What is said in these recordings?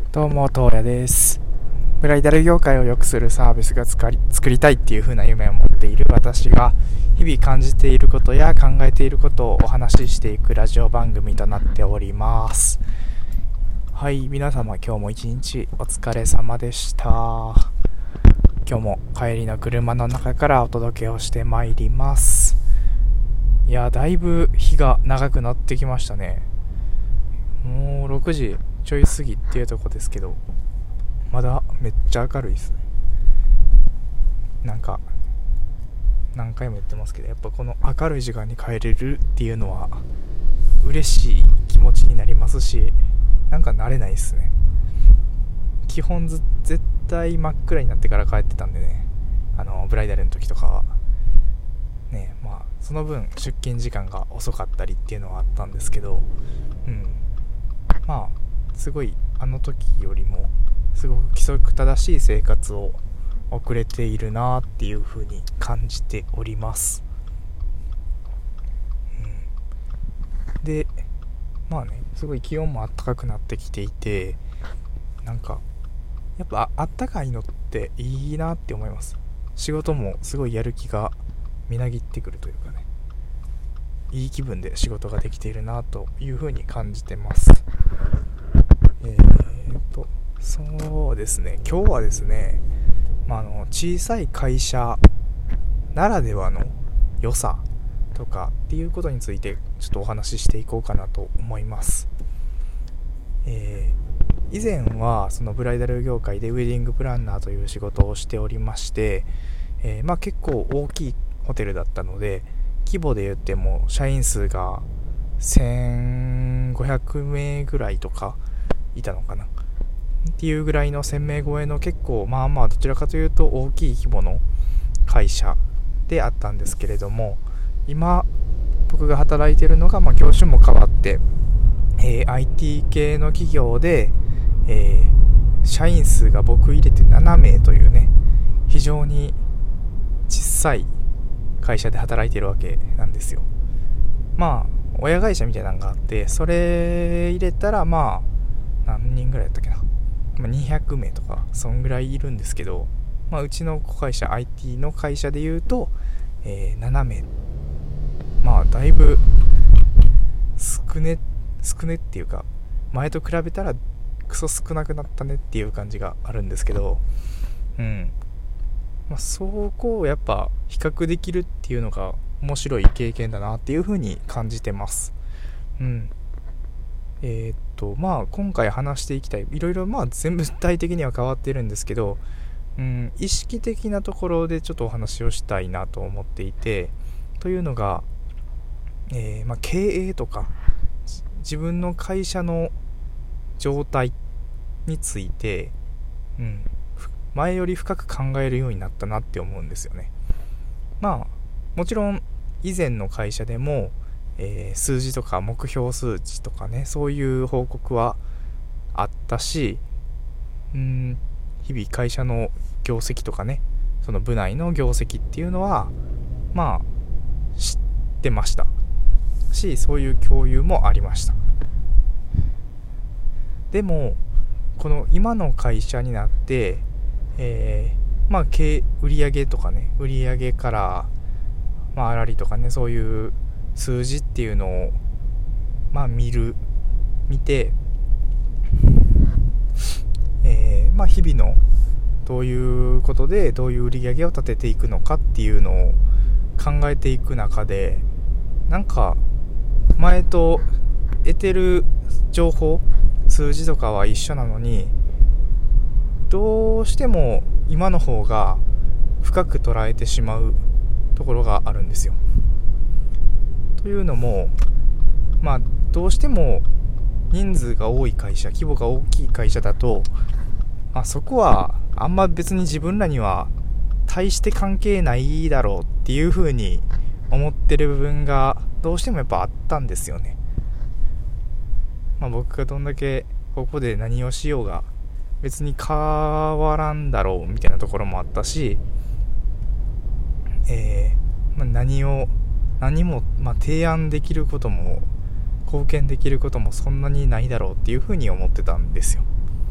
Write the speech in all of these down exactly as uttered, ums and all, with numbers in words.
どうも、東也です。ブライダル業界を良くするサービスが作り、作りたいっていう風な夢を持っている私が日々感じていることや考えていることをお話ししていくラジオ番組となっております。はい、皆様今日も一日お疲れ様でした。今日も帰りの車の中からお届けをしてまいります。いや、だいぶ日が長くなってきましたね。もうろくじちょい過ぎっていうとこですけど、まだめっちゃ明るいですね。なんか何回も言ってますけど、やっぱこの明るい時間に帰れるっていうのは嬉しい気持ちになりますし、なんか慣れないですね。基本ず絶対真っ暗になってから帰ってたんでね、あのブライダルの時とかはね、まあその分出勤時間が遅かったりっていうのはあったんですけど、うんまあすごいあの時よりもすごく規則正しい生活を送れているなっていう風に感じております、うん、でまあねすごい気温も暖かくなってきていて、なんかやっぱあったかいのっていいなって思います。仕事もすごいやる気がみなぎってくるというかね、いい気分で仕事ができているなという風に感じてます。えーとそうですね今日はですね、まあ、あの小さい会社ならではの良さとかっていうことについてちょっとお話ししていこうかなと思います。えー、以前はそのブライダル業界でウェディングプランナーという仕事をしておりまして、えーまあ、結構大きいホテルだったので、規模で言っても社員数がせんごひゃくめいぐらいとかいたのかなっていうぐらいのせんめい超えの結構まあまあどちらかというと大きい規模の会社であったんですけれども、今僕が働いているのがまあ業種も変わって、えー、アイティー 系の企業で、えー、社員数が僕入れてななめいというね、非常に小さい会社で働いているわけなんですよ。まあ親会社みたいなのがあって、それ入れたらまあ何人ぐらいだったっけな、まあ、にひゃくめいとかそんぐらいいるんですけど、まあ、うちの子会社 アイティー の会社でいうと、えー、ななめい、まあだいぶ少ね少ねっていうか前と比べたらクソ少なくなったねっていう感じがあるんですけど、うんまあ、そこをやっぱ比較できるっていうのが面白い経験だなっていう風に感じてます。うんえー、っとまあ今回話していきたいいろいろまあ全部体的には変わってるんですけど、うん、意識的なところでちょっとお話をしたいなと思っていて、というのが、えーまあ、経営とか自分の会社の状態について、うん、前より深く考えるようになったなって思うんですよね。まあもちろん以前の会社でも、えー、数字とか目標数値とかね、そういう報告はあったし、うーん日々会社の業績とかね、その部内の業績っていうのはまあ知ってましたし、そういう共有もありました。でもこの今の会社になって、えー、まあ経売上とかね、売上からまあ、あらりとかね、そういう数字っていうのをまあ見る見て、えー、まあ日々のどういうことでどういう売り上げを立てていくのかっていうのを考えていく中で、なんか前と得てる情報数字とかは一緒なのに、どうしても今の方が深く捉えてしまうところがあるんですよ。というのも、まあどうしても人数が多い会社、規模が大きい会社だと、まあ、そこはあんま別に自分らには大して関係ないだろうっていう風に思ってる部分がどうしてもやっぱあったんですよね。まあ僕がどんだけここで何をしようが別に変わらんだろうみたいなところもあったし、えーまあ、何を何も、まあ、提案できることも貢献できることもそんなにないだろうっていうふうに思ってたんですよ。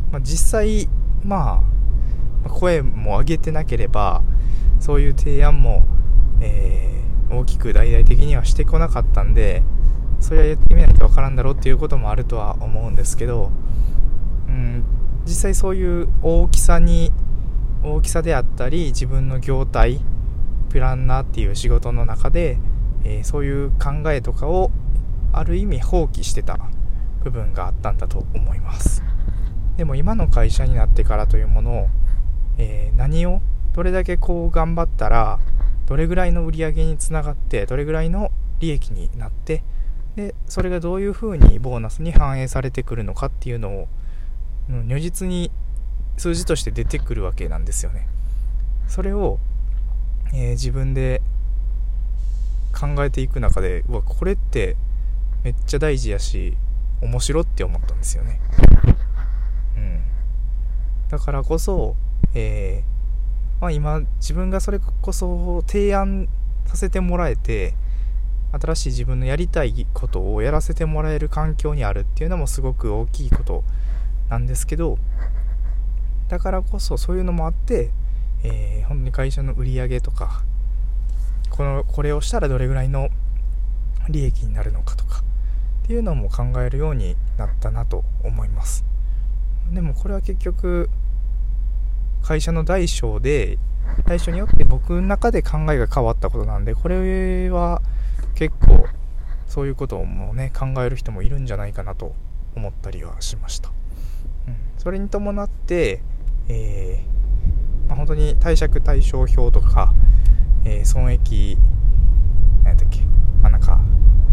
まあ、実際まあ声も上げてなければそういう提案も、えー、大きく大々的にはしてこなかったんで、それはやってみないとわからんだろうっていうこともあるとは思うんですけど、うん、実際そういう大きさに大きさであったり自分の業態プランナーっていう仕事の中で、えー、そういう考えとかをある意味放棄してた部分があったんだと思います。でも今の会社になってからというものを、えー、何をどれだけこう頑張ったらどれぐらいの売り上げにつながってどれぐらいの利益になって、でそれがどういうふうにボーナスに反映されてくるのかっていうのを如実に数字として出てくるわけなんですよね。それを、えー、自分で考えていく中で、うわこれってめっちゃ大事やし面白って思ったんですよね。うん、だからこそ、えーまあ、今自分がそれこそ提案させてもらえて新しい自分のやりたいことをやらせてもらえる環境にあるっていうのもすごく大きいことなんですけど、だからこそそういうのもあって、えー、本当に会社の売り上げとかこのこれをしたらどれぐらいの利益になるのかとかっていうのも考えるようになったなと思います。でもこれは結局会社の大小で大小によって僕の中で考えが変わったことなんで、これは結構そういうこともね考える人もいるんじゃないかなと思ったりはしました。うん、それに伴って、えーまあ、本当に貸借対照表とか、えー、損益何だっけ、まあ、なんか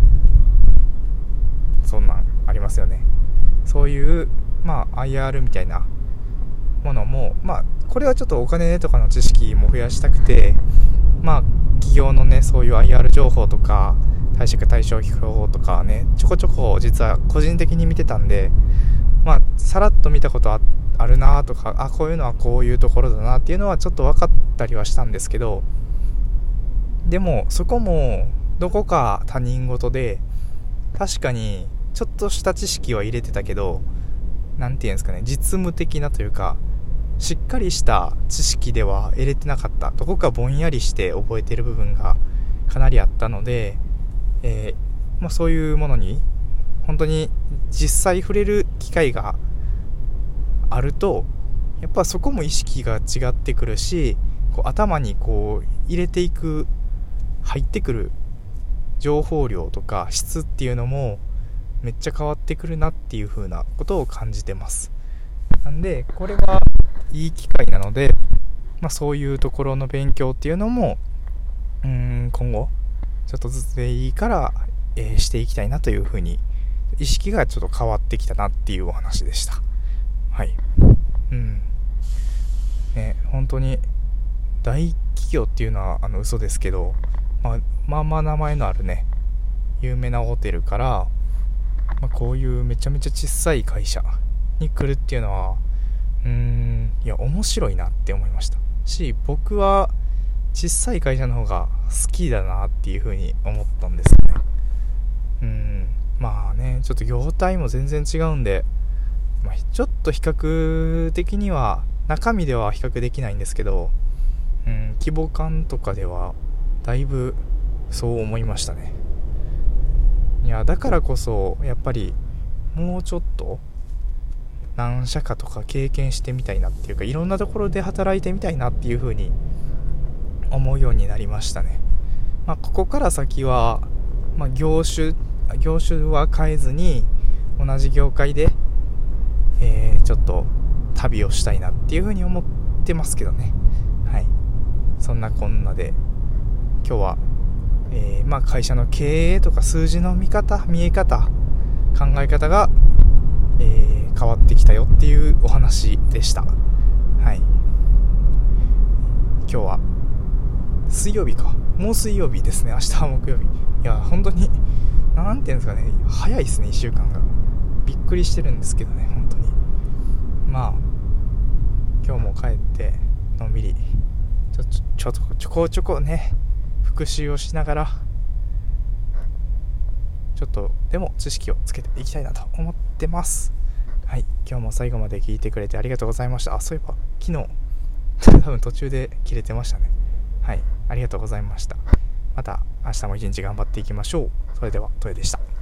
そんなんありますよね。そういうまあ アイアール みたいなものも、まあこれはちょっとお金とかの知識も増やしたくて、まあ企業のねそういう アイアール 情報とか貸借対照表とかねちょこちょこ実は個人的に見てたんで、まあさらっと見たことああるなとか、あこういうのはこういうところだなっていうのはちょっと分かったりはしたんですけど、でもそこもどこか他人事で確かにちょっとした知識は入れてたけど、なんていうんですかね、実務的なというかしっかりした知識では得れてなかった、どこかぼんやりして覚えてる部分がかなりあったので、えーまあ、そういうものに本当に実際触れる機会があるとやっぱそこも意識が違ってくるし、こう頭にこう入れていく入ってくる情報量とか質っていうのもめっちゃ変わってくるなっていう風なことを感じてます。なんでこれはいい機会なので、まあ、そういうところの勉強っていうのもうーん今後ちょっとずつでいいから、えー、していきたいなという風に意識がちょっと変わってきたなっていうお話でした。はい。うんね、本当に大企業っていうのはあの嘘ですけど、まあ、まあまあ名前のあるね有名なホテルから、まあ、こういうめちゃめちゃ小さい会社に来るっていうのはうーんいや面白いなって思いましたし、僕は小さい会社の方が好きだなっていう風に思ったんですよね。うーんまあねちょっと業態も全然違うんで、まあ、ちょっと比較的には中身では比較できないんですけど、うん規模感とかではだいぶそう思いましたね。いやだからこそやっぱりもうちょっと何社かとか経験してみたいなっていうか、いろんなところで働いてみたいなっていう風に思うようになりましたね。まあ、ここから先は、まあ、業種業種は変えずに同じ業界で、えー、ちょっと旅をしたいなっていう風に思ってますけどね。はい。そんなこんなで今日は、えーまあ、会社の経営とか数字の見方見え方考え方が、えー、変わってきたよっていうお話でした。はい。今日は水曜日か、もう水曜日ですね。明日は木曜日。いや本当になんていうんですかね、早いですねいっしゅうかんが。びっくりしてるんですけどね本当に。まあ今日も帰ってのんびりちょちょちょちょこちょこね復習をしながらちょっとでも知識をつけていきたいなと思ってます。 はい、今日も最後まで聞いてくれてありがとうございました。あ、そういえば昨日多分途中で切れてましたね。はい、ありがとうございました。また明日も一日頑張っていきましょう。それではトヨでした。